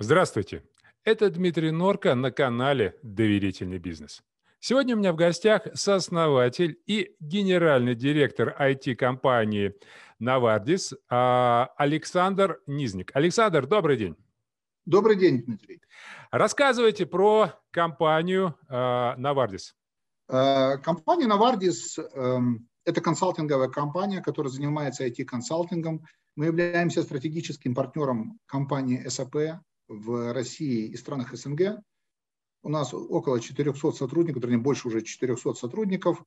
Здравствуйте. Это Дмитрий Норка на канале «Доверительный бизнес». Сегодня у меня в гостях сооснователь и генеральный директор IT-компании «Навардис» Александр Низник. Александр, добрый день. Добрый день, Дмитрий. Рассказывайте про компанию «Навардис». Компания Навардис – это консалтинговая компания, которая занимается IT-консалтингом. Мы являемся стратегическим партнером компании SAP в России и странах СНГ. У нас около 400 сотрудников, вернее, больше уже 400 сотрудников.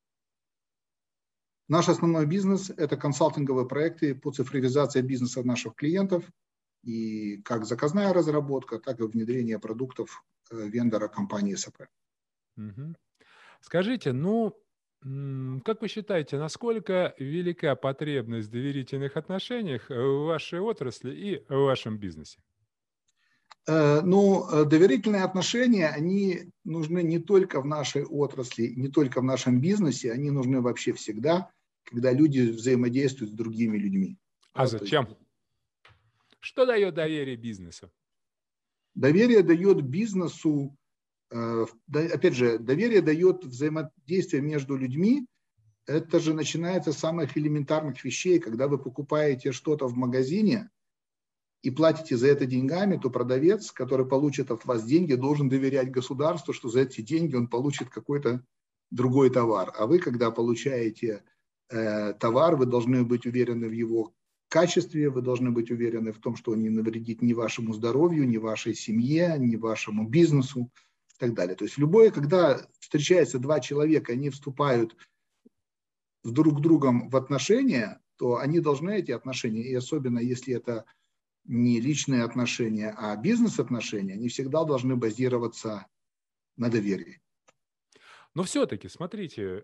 Наш основной бизнес – это консалтинговые проекты по цифровизации бизнеса наших клиентов, и как заказная разработка, так и внедрение продуктов вендора компании SAP. Мгм. Скажите, как вы считаете, насколько велика потребность в доверительных отношениях в вашей отрасли и в вашем бизнесе? Доверительные отношения, они нужны не только в нашей отрасли, не только в нашем бизнесе, они нужны вообще всегда, когда люди взаимодействуют с другими людьми. А Да, то есть зачем? Что дает доверие бизнесу? доверие дает бизнесу, опять же, доверие дает взаимодействие между людьми. Это же начинается с самых элементарных вещей. Когда вы покупаете что-то в магазине и платите за это деньгами, то продавец, который получит от вас деньги, должен доверять государству, что за эти деньги он получит какой-то другой товар. А вы, когда получаете товар, вы должны быть уверены в его качестве, вы должны быть уверены в том, что он не навредит ни вашему здоровью, ни вашей семье, ни вашему бизнесу и так далее. То есть когда встречаются два человека, они вступают друг с другом в отношения, то они должны эти отношения, и особенно если это не личные отношения, а бизнес-отношения, они всегда должны базироваться на доверии. Но все-таки, смотрите,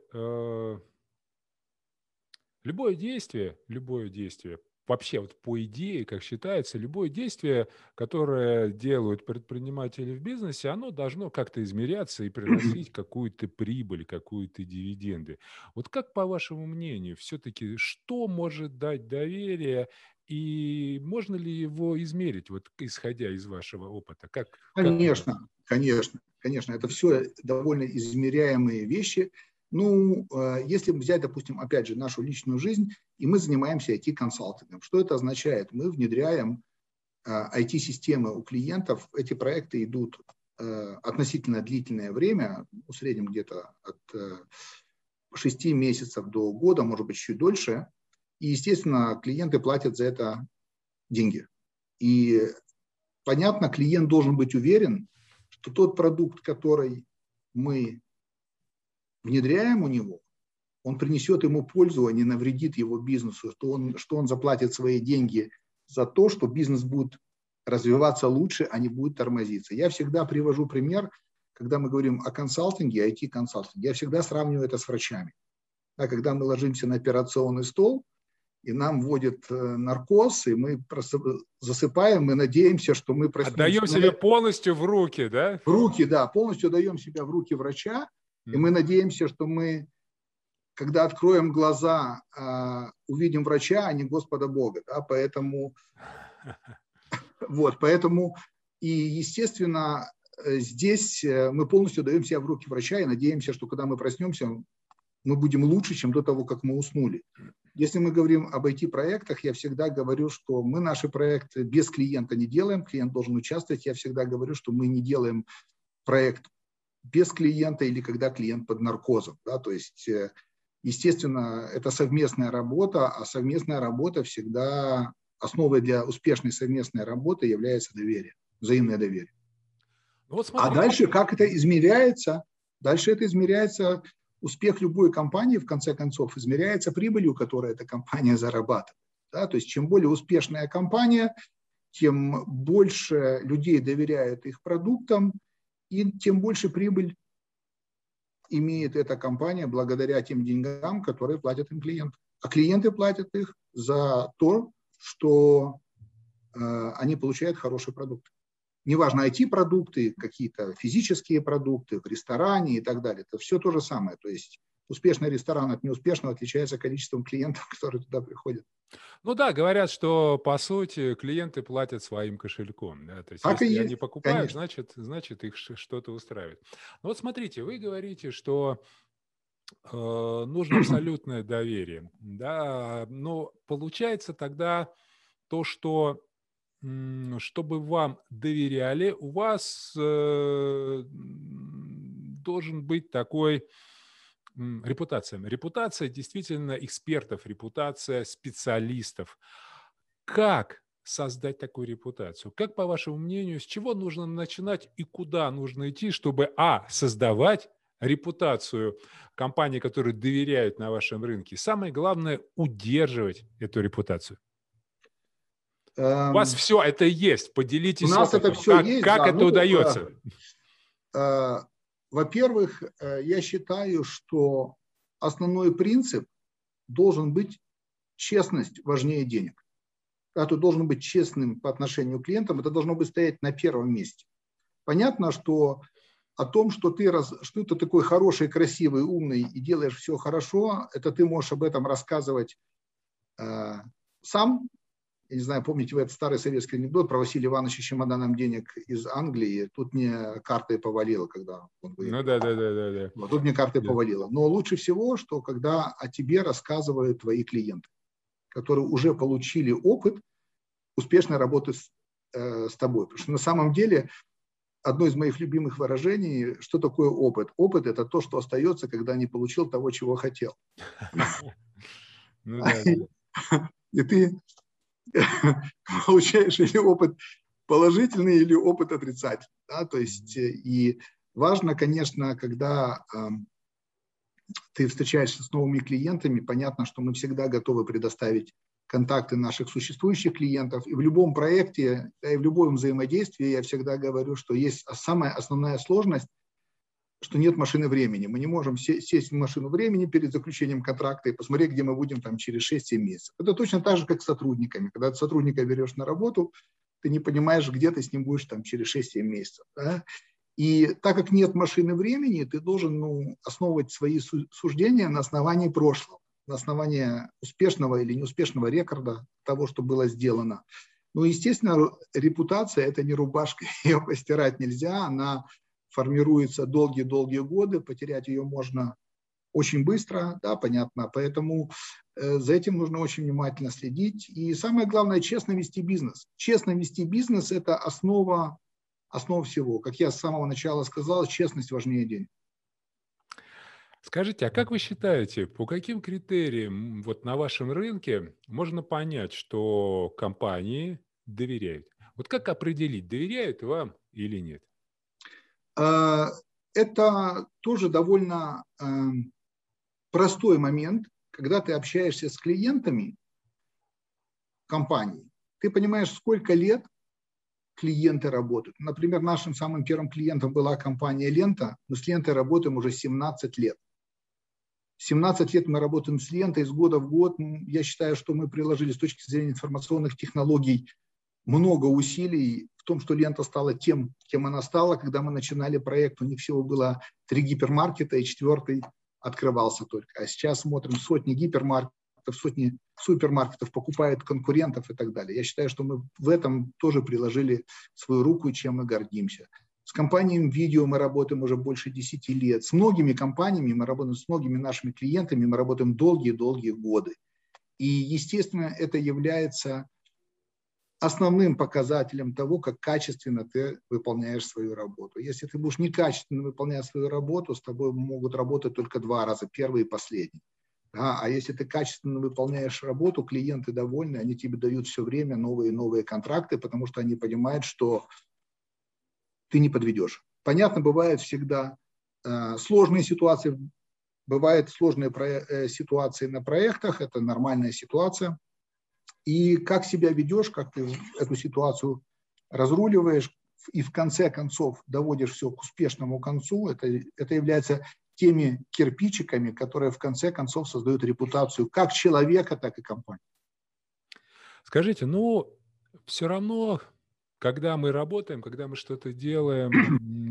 любое действие, вообще вот по идее, как считается, любое действие, которое делают предприниматели в бизнесе, оно должно как-то измеряться и приносить какую-то прибыль, какую-то дивиденды. Вот как, по вашему мнению, все-таки что может дать доверие и можно ли его измерить, вот исходя из вашего опыта? Как вы думаете? Конечно, это все довольно измеряемые вещи. Если взять, допустим, опять же, нашу личную жизнь, и мы занимаемся IT-консалтингом. Что это означает? Мы внедряем IT-системы у клиентов. Эти проекты идут относительно длительное время, в среднем где-то от 6 месяцев до года, может быть, чуть дольше. И, естественно, клиенты платят за это деньги. И понятно, клиент должен быть уверен, что тот продукт, который мы внедряем у него, он принесет ему пользу, а не навредит его бизнесу, что он заплатит свои деньги за то, что бизнес будет развиваться лучше, а не будет тормозиться. Я всегда привожу пример, когда мы говорим о консалтинге, IT-консалтинге, я всегда сравниваю это с врачами. Когда мы ложимся на операционный стол, и нам вводят наркоз, и мы засыпаем, мы надеемся, что мы проснемся. Отдаем себя полностью в руки, да? В руки, да, полностью даем себя в руки врача, и мы надеемся, что мы, когда откроем глаза, увидим врача, а не Господа Бога. Да? Поэтому, и, естественно, здесь мы полностью даем себя в руки врача и надеемся, что когда мы проснемся, мы будем лучше, чем до того, как мы уснули. Если мы говорим об IT-проектах, я всегда говорю, что мы наши проекты без клиента не делаем, клиент должен участвовать. Я всегда говорю, что мы не делаем проект без клиента или когда клиент под наркозом. Да? То есть, естественно, это совместная работа, а совместная работа всегда, основой для успешной совместной работы является доверие, взаимное доверие. Вот а дальше как это измеряется? Дальше это измеряется. Успех любой компании, в конце концов, измеряется прибылью, которую эта компания зарабатывает. Да? То есть чем более успешная компания, тем больше людей доверяют их продуктам, и тем больше прибыль имеет эта компания благодаря тем деньгам, которые платят им клиенты. А клиенты платят их за то, что они получают хороший продукт. Неважно, IT-продукты, какие-то физические продукты в ресторане и так далее. Это все то же самое. То есть Успешный ресторан от неуспешного отличается количеством клиентов, которые туда приходят. Ну да, говорят, что по сути клиенты платят своим кошельком. Да? То есть Так и если они есть, покупают, конечно. значит их что-то устраивает. Ну вот смотрите, вы говорите, что нужно абсолютное доверие. Да? Но получается тогда то, что чтобы вам доверяли, у вас должен быть такой репутация. Репутация действительно экспертов, репутация специалистов. Как создать такую репутацию? Как, по вашему мнению, с чего нужно начинать и куда нужно идти, чтобы, создавать репутацию компаний, которые доверяют на вашем рынке? Самое главное – удерживать эту репутацию. У вас все это есть. У Поделитесь нас это опытом. все есть, Как да. это удается? Во-первых, я считаю, что основной принцип должен быть честность важнее денег. Когда ты должен быть честным по отношению к клиентам, это должно быть стоять на первом месте. Понятно, что о том, что ты такой хороший, красивый, умный и делаешь все хорошо, это ты можешь об этом рассказывать сам. Я не знаю, помните вы этот старый советский анекдот про Василия Ивановича с чемоданом денег из Англии? Тут мне картой повалило, когда он выиграл. Ну да. Вот, тут мне картой повалило. Но лучше всего, что когда о тебе рассказывают твои клиенты, которые уже получили опыт успешной работы с тобой. Потому что на самом деле одно из моих любимых выражений, что такое опыт? Опыт – это то, что остается, когда не получил того, чего хотел. Ну да. И ты получаешь или опыт положительный, или опыт отрицательный. Да? То есть, и важно, конечно, когда ты встречаешься с новыми клиентами, понятно, что мы всегда готовы предоставить контакты наших существующих клиентов. И в любом проекте, да, и в любом взаимодействии я всегда говорю, что есть самая основная сложность, что нет машины времени. Мы не можем сесть в машину времени перед заключением контракта и посмотреть, где мы будем там через 6-7 месяцев. Это точно так же, как с сотрудниками. Когда ты сотрудника берешь на работу, ты не понимаешь, где ты с ним будешь там через 6-7 месяцев. Да? И так как нет машины времени, ты должен основывать свои суждения на основании прошлого, на основании успешного или неуспешного рекорда того, что было сделано. Ну, естественно, репутация – это не рубашка, ее постирать нельзя, она формируется долгие-долгие годы, потерять ее можно очень быстро, да, понятно, поэтому за этим нужно очень внимательно следить. И самое главное – честно вести бизнес. Честно вести бизнес – это основа всего. Как я с самого начала сказал, честность важнее денег. Скажите, а как вы считаете, по каким критериям вот на вашем рынке можно понять, что компании доверяют? Вот как определить, доверяют вам или нет? Это тоже довольно простой момент, когда ты общаешься с клиентами компании. Ты понимаешь, сколько лет клиенты работают. Например, нашим самым первым клиентом была компания «Лента». Мы с «Лентой» работаем уже 17 лет. 17 лет мы работаем с «Лентой», из года в год. Я считаю, что мы приложили с точки зрения информационных технологий много усилий в том, что «Лента» стала тем, кем она стала. Когда мы начинали проект, у них всего было 3 гипермаркета, и 4-й открывался только. А сейчас смотрим сотни гипермаркетов, сотни супермаркетов, покупают конкурентов и так далее. Я считаю, что мы в этом тоже приложили свою руку, чем мы гордимся. С компанией «Видео» мы работаем уже больше 10 лет. С многими компаниями мы работаем, с многими нашими клиентами мы работаем долгие-долгие годы. И, естественно, это является основным показателем того, как качественно ты выполняешь свою работу. Если ты будешь некачественно выполнять свою работу, с тобой могут работать только 2 раза, первый и последний. Да? А если ты качественно выполняешь работу, клиенты довольны, они тебе дают все время новые и новые контракты, потому что они понимают, что ты не подведешь. Понятно, бывают всегда сложные ситуации, бывают сложные ситуации на проектах, это нормальная ситуация. И как себя ведешь, как ты эту ситуацию разруливаешь и в конце концов доводишь все к успешному концу, это является теми кирпичиками, которые в конце концов создают репутацию как человека, так и компании. Скажите, все равно когда мы работаем, когда мы что-то делаем,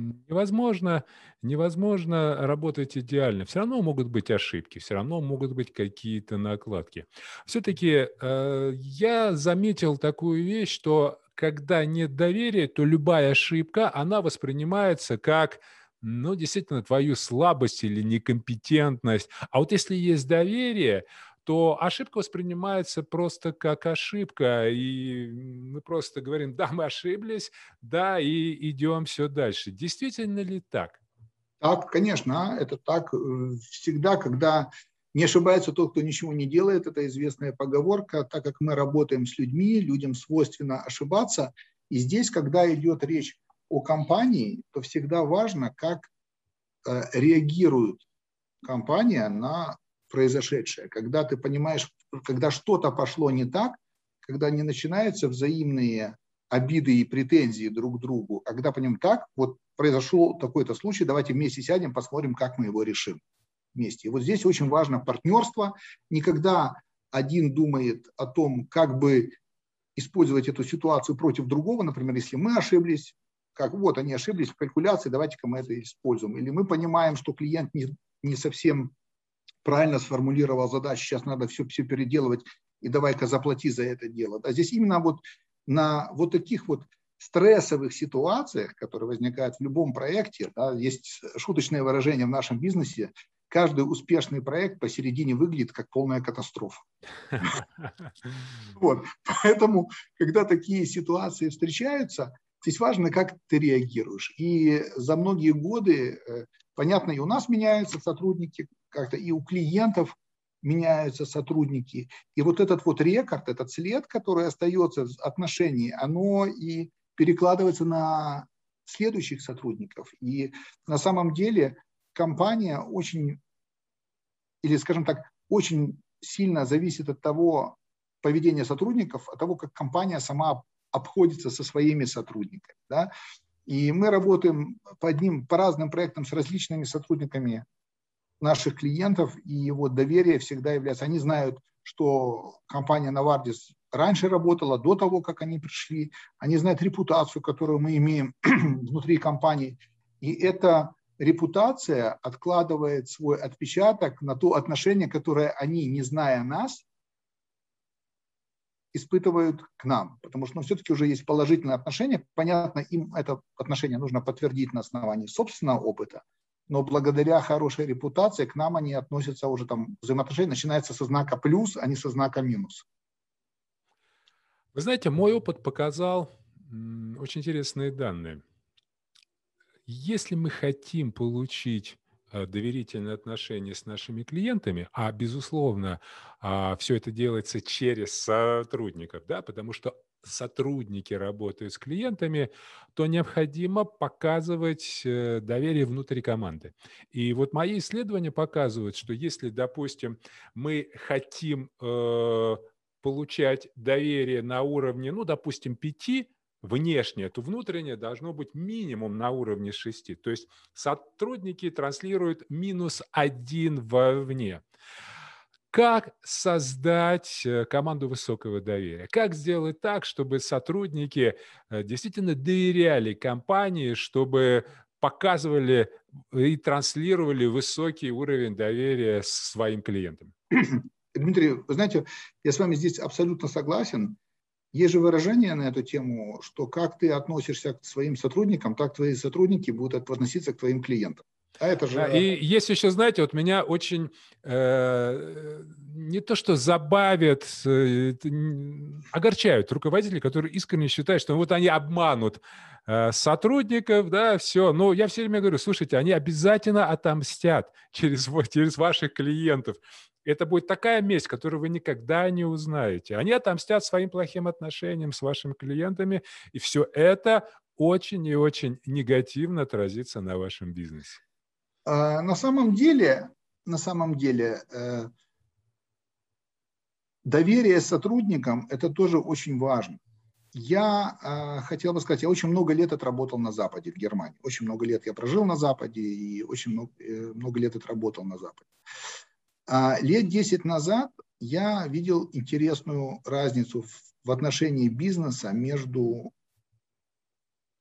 невозможно работать идеально. Все равно могут быть ошибки, все равно могут быть какие-то накладки. Все-таки я заметил такую вещь, что когда нет доверия, то любая ошибка, она воспринимается как, ну, действительно, твою слабость или некомпетентность. А вот если есть доверие, то ошибка воспринимается просто как ошибка, и мы просто говорим: "Да, мы ошиблись", да, и идем все дальше. Действительно ли так? Так, конечно, это так. Всегда, когда не ошибается тот, кто ничего не делает, это известная поговорка, так как мы работаем с людьми, людям свойственно ошибаться. И здесь, когда идет речь о компании, то всегда важно, как реагирует компания на произошедшее. Когда ты понимаешь, когда что-то пошло не так, когда не начинаются взаимные обиды и претензии друг к другу, а когда понимаем, так, вот произошел такой-то случай, давайте вместе сядем, посмотрим, как мы его решим вместе. И вот здесь очень важно партнерство. Никогда один думает о том, как бы использовать эту ситуацию против другого, например, если мы ошиблись, как вот они ошиблись в калькуляции, давайте-ка мы это используем. Или мы понимаем, что клиент не совсем правильно сформулировал задачу, сейчас надо все переделывать, и давай-ка заплати за это дело. А здесь именно вот на вот таких вот стрессовых ситуациях, которые возникают в любом проекте, да, есть шуточное выражение в нашем бизнесе, каждый успешный проект посередине выглядит как полная катастрофа. Вот. Поэтому, когда такие ситуации встречаются, здесь важно, как ты реагируешь. И за многие годы, понятно, и у нас меняются сотрудники, как-то и у клиентов меняются сотрудники. И вот этот вот рекорд, этот след, который остается в отношении, оно и перекладывается на следующих сотрудников. И на самом деле компания очень, или, скажем так, очень сильно зависит от того поведения сотрудников, от того, как компания сама обходится со своими сотрудниками. Да? И мы работаем по разным проектам с различными сотрудниками наших клиентов, и вот доверие всегда является. Они знают, что компания Novartis раньше работала, до того, как они пришли. Они знают репутацию, которую мы имеем внутри компании. И эта репутация откладывает свой отпечаток на то отношение, которое они, не зная нас, испытывают к нам. Потому что все-таки уже есть положительное отношение. Понятно, им это отношение нужно подтвердить на основании собственного опыта. Но благодаря хорошей репутации к нам они относятся уже там, взаимоотношения начинаются со знака плюс, а не со знака минус. Вы знаете, мой опыт показал очень интересные данные. Если мы хотим получить доверительные отношения с нашими клиентами, а безусловно, все это делается через сотрудников, да, потому что сотрудники работают с клиентами, то необходимо показывать доверие внутри команды. И вот мои исследования показывают, что если, допустим, мы хотим получать доверие на уровне, ну, допустим, 5, внешнее, то внутреннее должно быть минимум на уровне 6. То есть сотрудники транслируют -1 вовне. Как создать команду высокого доверия? Как сделать так, чтобы сотрудники действительно доверяли компании, чтобы показывали и транслировали высокий уровень доверия своим клиентам? Дмитрий, вы знаете, я с вами здесь абсолютно согласен. Есть же выражение на эту тему, что как ты относишься к своим сотрудникам, так твои сотрудники будут относиться к твоим клиентам. А это Да, же... и есть еще, знаете, вот меня очень не то что забавят, огорчают руководители, которые искренне считают, что вот они обманут сотрудников, да, все. Но я все время говорю, слушайте, они обязательно отомстят через ваших клиентов. Это будет такая месть, которую вы никогда не узнаете. Они отомстят своим плохим отношением с вашими клиентами, и все это очень и очень негативно отразится на вашем бизнесе. На самом деле, доверие сотрудникам – это тоже очень важно. Я хотел бы сказать, я очень много лет отработал на Западе, в Германии. Очень много лет я прожил на Западе и очень много лет отработал на Западе. Лет 10 назад я видел интересную разницу в отношении бизнеса между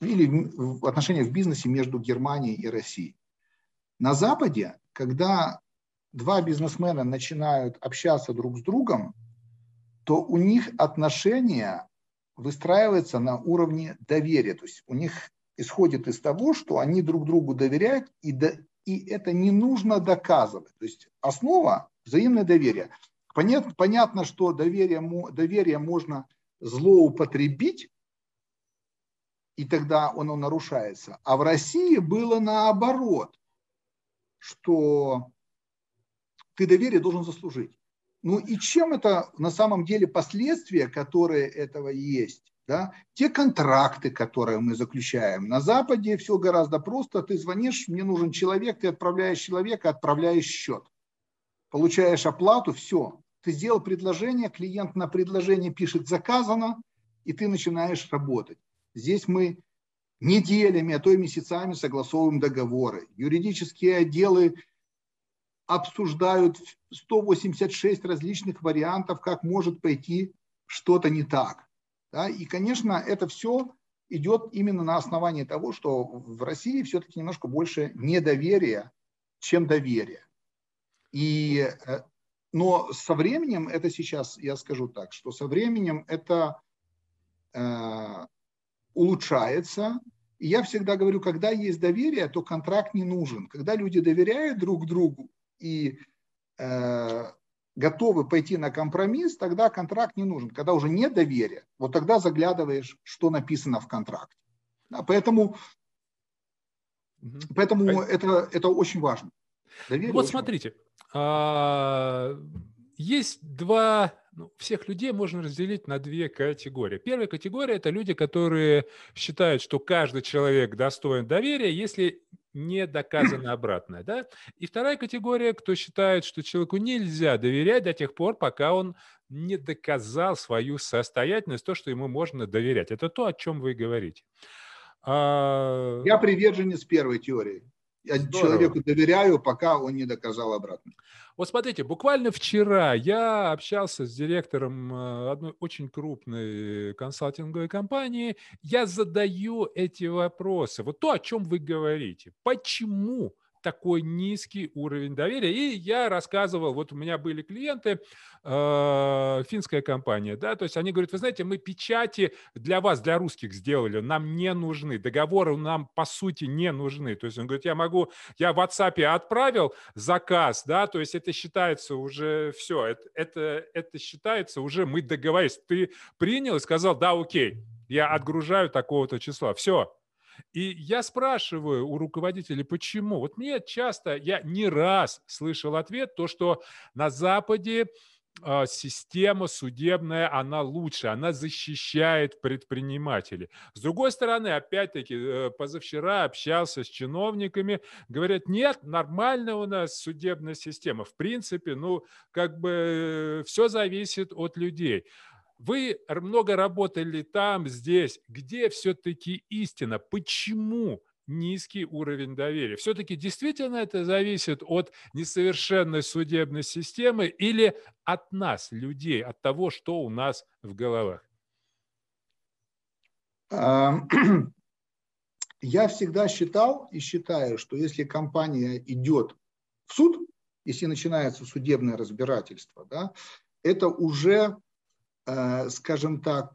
или в отношениях в бизнесе между Германией и Россией. На Западе, когда два бизнесмена начинают общаться друг с другом, то у них отношения выстраиваются на уровне доверия. То есть у них исходит из того, что они друг другу доверяют, и это не нужно доказывать. То есть основа – взаимное доверие. Понятно, что доверие можно злоупотребить, и тогда оно нарушается. А в России было наоборот, что ты доверие должен заслужить. Ну и чем это на самом деле последствия, которые этого есть? Да? Те контракты, которые мы заключаем. На Западе все гораздо просто. Ты звонишь, мне нужен человек, ты отправляешь человека, отправляешь счет. Получаешь оплату, все. Ты сделал предложение, клиент на предложение пишет «заказано», и ты начинаешь работать. Здесь мы неделями, а то и месяцами согласовываем договоры. Юридические отделы обсуждают 186 различных вариантов, как может пойти что-то не так. Да? И, конечно, это все идет именно на основании того, что в России все-таки немножко больше недоверия, чем доверия. Но со временем это сейчас, я скажу так, что со временем это улучшается. И я всегда говорю, когда есть доверие, то контракт не нужен. Когда люди доверяют друг другу и готовы пойти на компромисс, тогда контракт не нужен. Когда уже нет доверия, вот тогда заглядываешь, что написано в контракте. Да, поэтому это очень важно. Ну вот смотрите, есть всех людей можно разделить на две категории. Первая категория – это люди, которые считают, что каждый человек достоин доверия, если не доказано обратное. Да? И вторая категория, кто считает, что человеку нельзя доверять до тех пор, пока он не доказал свою состоятельность, то, что ему можно доверять. Это то, о чем вы говорите. Я приверженец первой теории. Я человеку доверяю, пока он не доказал обратно. Вот смотрите, буквально вчера я общался с директором одной очень крупной консалтинговой компании. Я задаю эти вопросы. Вот то, о чем вы говорите. Почему такой низкий уровень доверия? И я рассказывал, вот у меня были клиенты, финская компания, да, то есть они говорят, вы знаете, мы печати для вас, для русских сделали, нам не нужны, договоры нам по сути не нужны. То есть он говорит, я в WhatsApp отправил заказ, да, то есть это считается уже все, это считается уже мы договорились. Ты принял и сказал, да, окей, я отгружаю такого-то числа, все. И я спрашиваю у руководителей, почему? Вот я не раз слышал ответ, то, что на Западе система судебная, она лучше, она защищает предпринимателей. С другой стороны, опять-таки, позавчера общался с чиновниками, говорят, нет, нормальная у нас судебная система. В принципе, все зависит от людей. Вы много работали там, здесь. Где все-таки истина? Почему низкий уровень доверия? Все-таки действительно это зависит от несовершенной судебной системы или от нас, людей, от того, что у нас в головах? Я всегда считал и считаю, что если компания идет в суд, если начинается судебное разбирательство, да, это уже, скажем так,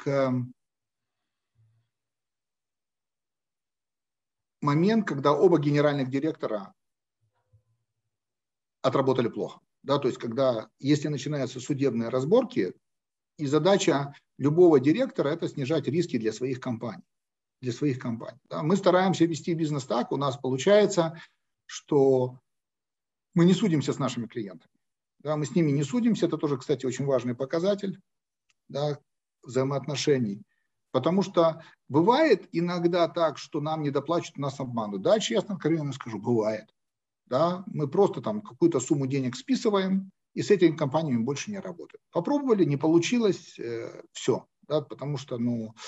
момент, когда оба генеральных директора отработали плохо. Да, то есть, если начинаются судебные разборки, и задача любого директора – это снижать риски для своих компаний. Да. Мы стараемся вести бизнес так, у нас получается, что мы не судимся с нашими клиентами. Да, мы с ними не судимся, это тоже, кстати, очень важный показатель, да, взаимоотношений. Потому что бывает иногда так, что нам не доплачивают, нас обманут. Да, честно, откровенно скажу, бывает. Да, мы просто там какую-то сумму денег списываем, и с этими компаниями больше не работаем. Попробовали, не получилось, все. Да, потому что,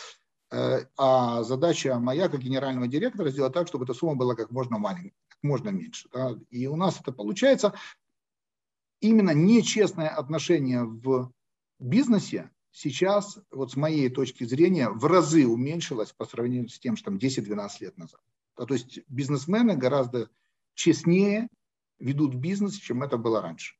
а задача моя, как генерального директора, сделать так, чтобы эта сумма была как можно маленькая, как можно меньше. Да. И у нас это получается. Именно нечестное отношение в бизнесе сейчас, вот с моей точки зрения, в разы уменьшилась по сравнению с тем, что там 10-12 лет назад. То есть бизнесмены гораздо честнее ведут бизнес, чем это было раньше.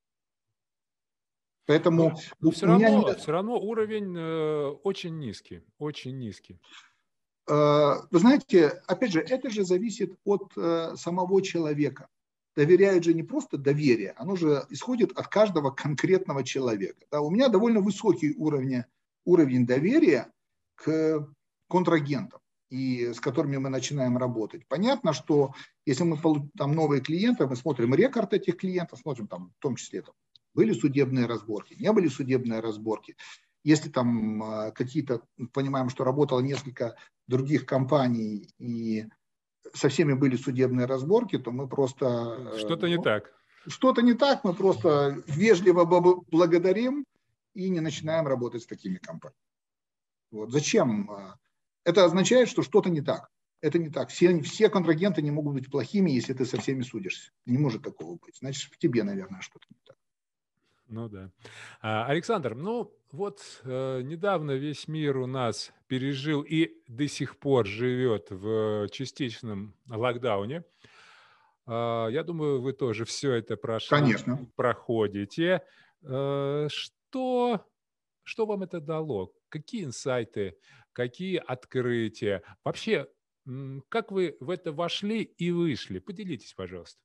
Поэтому но у меня нет... все равно уровень очень низкий, очень низкий. Вы знаете, опять же, это же зависит от самого человека. Доверяют же не просто доверие, оно же исходит от каждого конкретного человека. Да, у меня довольно высокий уровень доверия к контрагентам, и с которыми мы начинаем работать. Понятно, что если мы там новые клиенты, мы смотрим рекорд этих клиентов, смотрим там, в том числе там, были судебные разборки, не были судебные разборки. Если там какие-то, понимаем, что работало несколько других компаний и со всеми были судебные разборки, то мы просто... Что-то не так. Что-то не так, мы просто вежливо благодарим и не начинаем работать с такими компаниями. Вот. Зачем? Это означает, что что-то не так. Это не так. Все контрагенты не могут быть плохими, если ты со всеми судишься. Не может такого быть. Значит, в тебе, наверное, что-то не так. Ну да. Александр, ну вот недавно весь мир у нас пережил и до сих пор живет в частичном локдауне. Я думаю, вы тоже все это прошли, Конечно. проходите. Что вам это дало? Какие инсайты, какие открытия? Вообще, как вы в это вошли и вышли? Поделитесь, пожалуйста.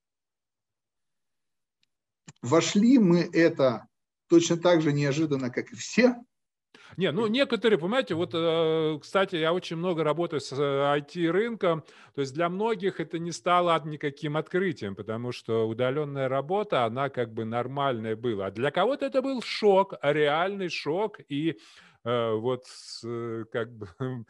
Вошли мы это точно так же неожиданно, как и все. Не, ну некоторые, понимаете, вот, кстати, я очень много работаю с IT-рынком, то есть для многих это не стало никаким открытием, потому что удаленная работа, она как бы нормальная была. А для кого-то это был шок, реальный шок, и вот как бы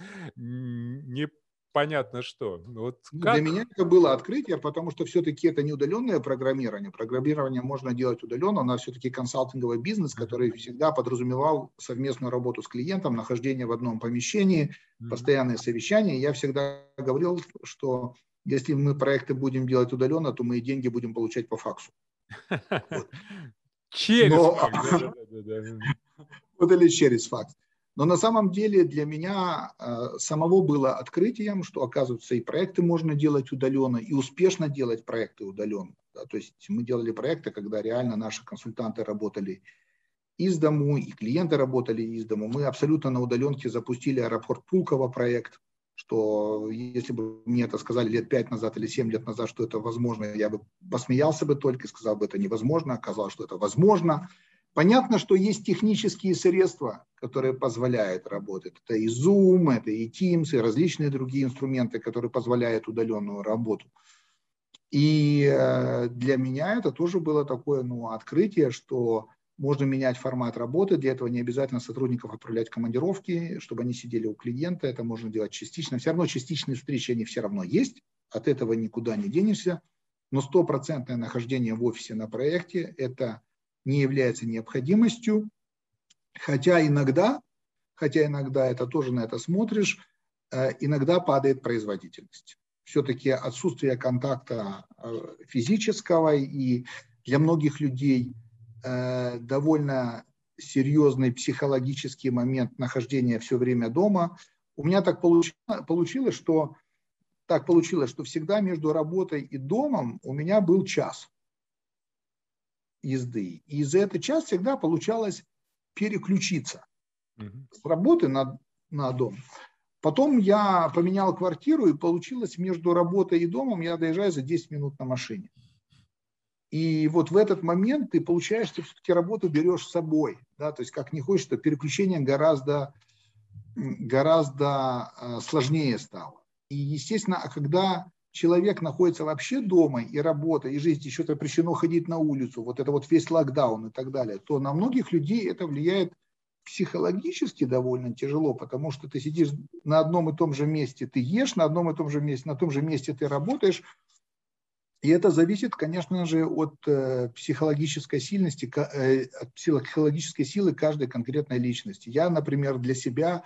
непонятно что. Вот Для как... меня это было открытие, потому что все-таки это не удаленное программирование. Программирование можно делать удаленно. У нас все-таки консалтинговый бизнес, который всегда подразумевал совместную работу с клиентом, нахождение в одном помещении, постоянные совещания. Я всегда говорил, что если мы проекты будем делать удаленно, то мы и деньги будем получать по факсу. Вот. Через факс. Вот или через факс. Но на самом деле для меня самого было открытием, что, оказывается, и проекты можно делать удаленно, и успешно делать проекты удаленно. Да, то есть мы делали проекты, когда реально наши консультанты работали из дому, и клиенты работали из дому. Мы абсолютно на удаленке запустили аэропорт Пулково проект, что если бы мне это сказали лет 5 назад или 7 лет назад, что это возможно, я бы посмеялся бы только и сказал бы, это невозможно, оказалось, что это возможно. Понятно, что есть технические средства, которые позволяют работать. Это и Zoom, это и Teams, и различные другие инструменты, которые позволяют удаленную работу. И для меня это тоже было такое открытие, что можно менять формат работы. Для этого не обязательно сотрудников отправлять в командировки, чтобы они сидели у клиента. Это можно делать частично. Все равно частичные встречи, они все равно есть. От этого никуда не денешься. Но 100% нахождение в офисе на проекте – это не является необходимостью, хотя иногда это тоже на это смотришь, иногда падает производительность. Все-таки отсутствие контакта физического и для многих людей довольно серьезный психологический момент нахождения все время дома. У меня так получилось, что всегда между работой и домом у меня был час езды. И за этот час всегда получалось переключиться с работы на дом. Потом я поменял квартиру, и получилось между работой и домом я доезжаю за 10 минут на машине. И вот в этот момент ты получаешь, что все-таки работу берешь с собой. Да? То есть как не хочешь, что переключение гораздо сложнее стало. И естественно, когда человек находится вообще дома и работа, и жизнь еще запрещено ходить на улицу, вот это вот весь локдаун и так далее, то на многих людей это влияет психологически довольно тяжело, потому что ты сидишь на одном и том же месте, ты ешь на одном и том же месте, на том же месте ты работаешь, и это зависит, конечно же, от психологической сильности, от психологической силы каждой конкретной личности. Я, например, для себя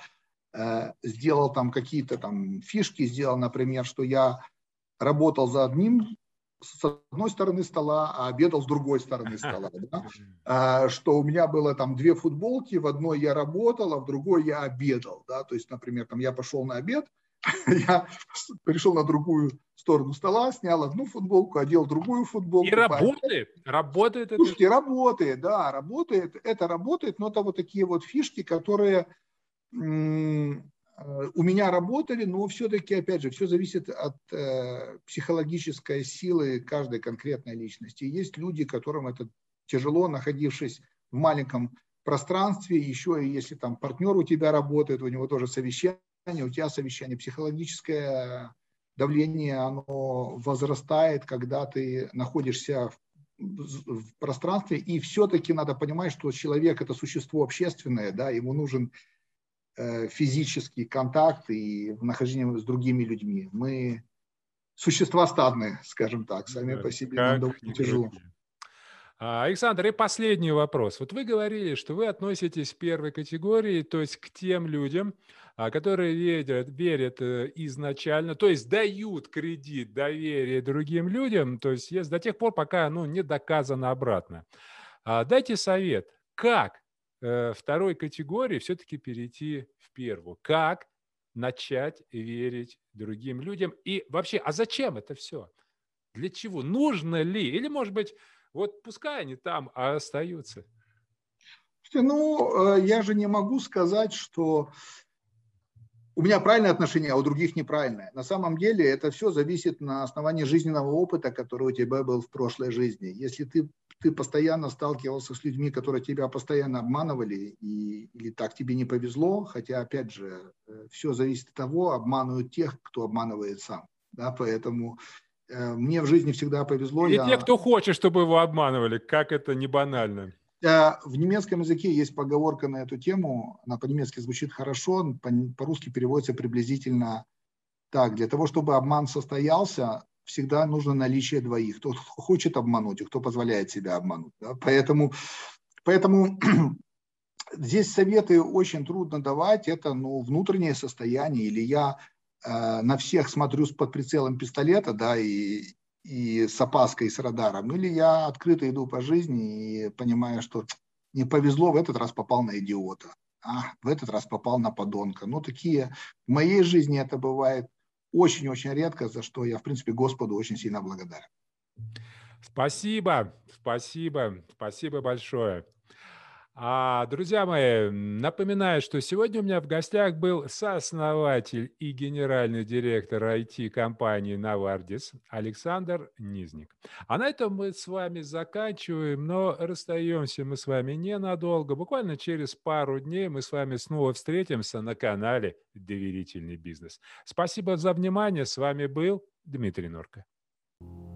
сделал там какие-то там фишки, сделал, например, что я работал за одним с одной стороны стола, а обедал с другой стороны стола. Да? Что у меня было там 2 футболки, в одной я работал, а в другой я обедал. Да? То есть, например, там я пошел на обед, я перешел на другую сторону стола, снял одну футболку, одел другую И футболку. работает? Работает это? Слушайте, работает, да, работает. Это работает, но это вот такие вот фишки, которые у меня работали, но все-таки, опять же, все зависит от психологической силы каждой конкретной личности. Есть люди, которым это тяжело, находившись в маленьком пространстве, еще и если там партнер у тебя работает, у него тоже совещание, у тебя совещание, психологическое давление, оно возрастает, когда ты находишься в пространстве, и все-таки надо понимать, что человек – это существо общественное, да, ему нужен физический контакт и нахождение с другими людьми. Мы существа стадные, скажем так, сами по себе нам довольно тяжело. Александр, и последний вопрос. Вот вы говорили, что вы относитесь к первой категории, то есть к тем людям, которые верят изначально, то есть дают кредит доверия другим людям, то есть до тех пор, пока не доказано обратно. Дайте совет, как второй категории все-таки перейти в первую, как начать верить другим людям и вообще, а зачем это все? Для чего? Нужно ли? Или, может быть, вот пускай они там, а остаются. Я же не могу сказать, что у меня правильное отношение, а у других неправильное. На самом деле это все зависит на основании жизненного опыта, который у тебя был в прошлой жизни. Если ты постоянно сталкивался с людьми, которые тебя постоянно обманывали, или так тебе не повезло, хотя, опять же, все зависит от того, обманывают тех, кто обманывает сам. Да, поэтому мне в жизни всегда повезло. И те, кто хочет, чтобы его обманывали, как это не банально. В немецком языке есть поговорка на эту тему, она по-немецки звучит хорошо, по-русски переводится приблизительно так. Для того, чтобы обман состоялся, всегда нужно наличие двоих. Кто хочет обмануть и кто позволяет себя обмануть. Да? Поэтому здесь советы очень трудно давать, это внутреннее состояние, или я на всех смотрю под прицелом пистолета, да, и с опаской, с радаром, или я открыто иду по жизни и понимаю, что не повезло, в этот раз попал на идиота, в этот раз попал на подонка. Такие в моей жизни это бывает очень-очень редко, за что я, в принципе, Господу очень сильно благодарен. Спасибо большое. Друзья мои, напоминаю, что сегодня у меня в гостях был сооснователь и генеральный директор IT-компании Novartis Александр Низник. А на этом мы с вами заканчиваем, но расстаемся мы с вами ненадолго. Буквально через пару дней мы с вами снова встретимся на канале «Доверительный бизнес». Спасибо за внимание. С вами был Дмитрий Норка.